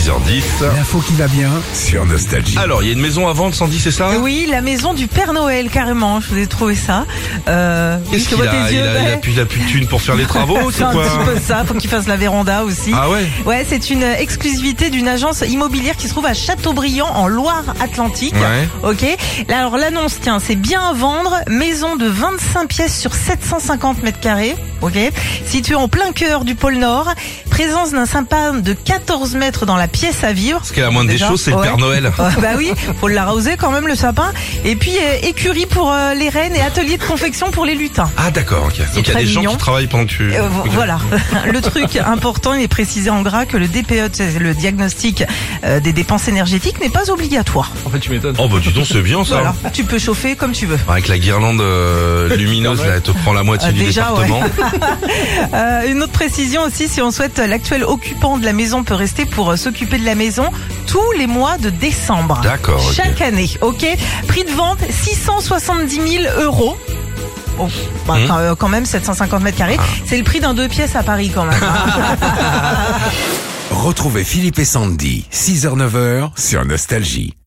6h10. L'info qui va bien sur Nostalgie. Alors, il y a une maison à vendre, Sandy, c'est ça? Oui, la maison du Père Noël, carrément. Je vous ai trouvé ça. Qu'est-ce qu'il a? Il a plus de thunes pour faire les travaux, C'est c'est un quoi? petit peu ça. Faut qu'il fasse la véranda aussi. Ah ouais? Ouais, c'est une exclusivité d'une agence immobilière qui se trouve à Châteaubriand en Loire-Atlantique. Ouais. Ok. Là, alors l'annonce, tiens, c'est bien à vendre. Maison de 25 pièces sur 750 mètres carrés. Ok. Située en plein cœur du pôle Nord. Présence d'un sapin de 14 mètres dans la pièce à vivre. Parce que la moindre des Déjà, choses, c'est le ouais. Père Noël. Bah oui, faut l'arroser quand même le sapin. Et puis écurie pour les rennes et atelier de confection pour les lutins. Ah d'accord, ok. Donc il y a très des gens mignon. qui travaillent pendant que tu... Ok. Voilà. Le truc important, il est précisé en gras que le DPE, c'est le diagnostic des dépenses énergétiques, n'est pas obligatoire. En fait, tu m'étonnes. Oh bah dis donc, c'est bien ça. Voilà. Tu peux chauffer comme tu veux. Avec la guirlande lumineuse, là, elle te prend la moitié du Déjà, département. Une autre précision aussi, si on souhaite, l'actuel occupant de la maison peut rester pour s'occuper de la maison tous les mois de décembre. D'accord, ok. Chaque année, ok. Prix de vente, 670 000 €. Oh, bah, quand même, 750 mètres carrés. C'est le prix d'un 2 pièces à Paris quand même. Retrouvez Philippe et Sandy, 6h-9h sur Nostalgie.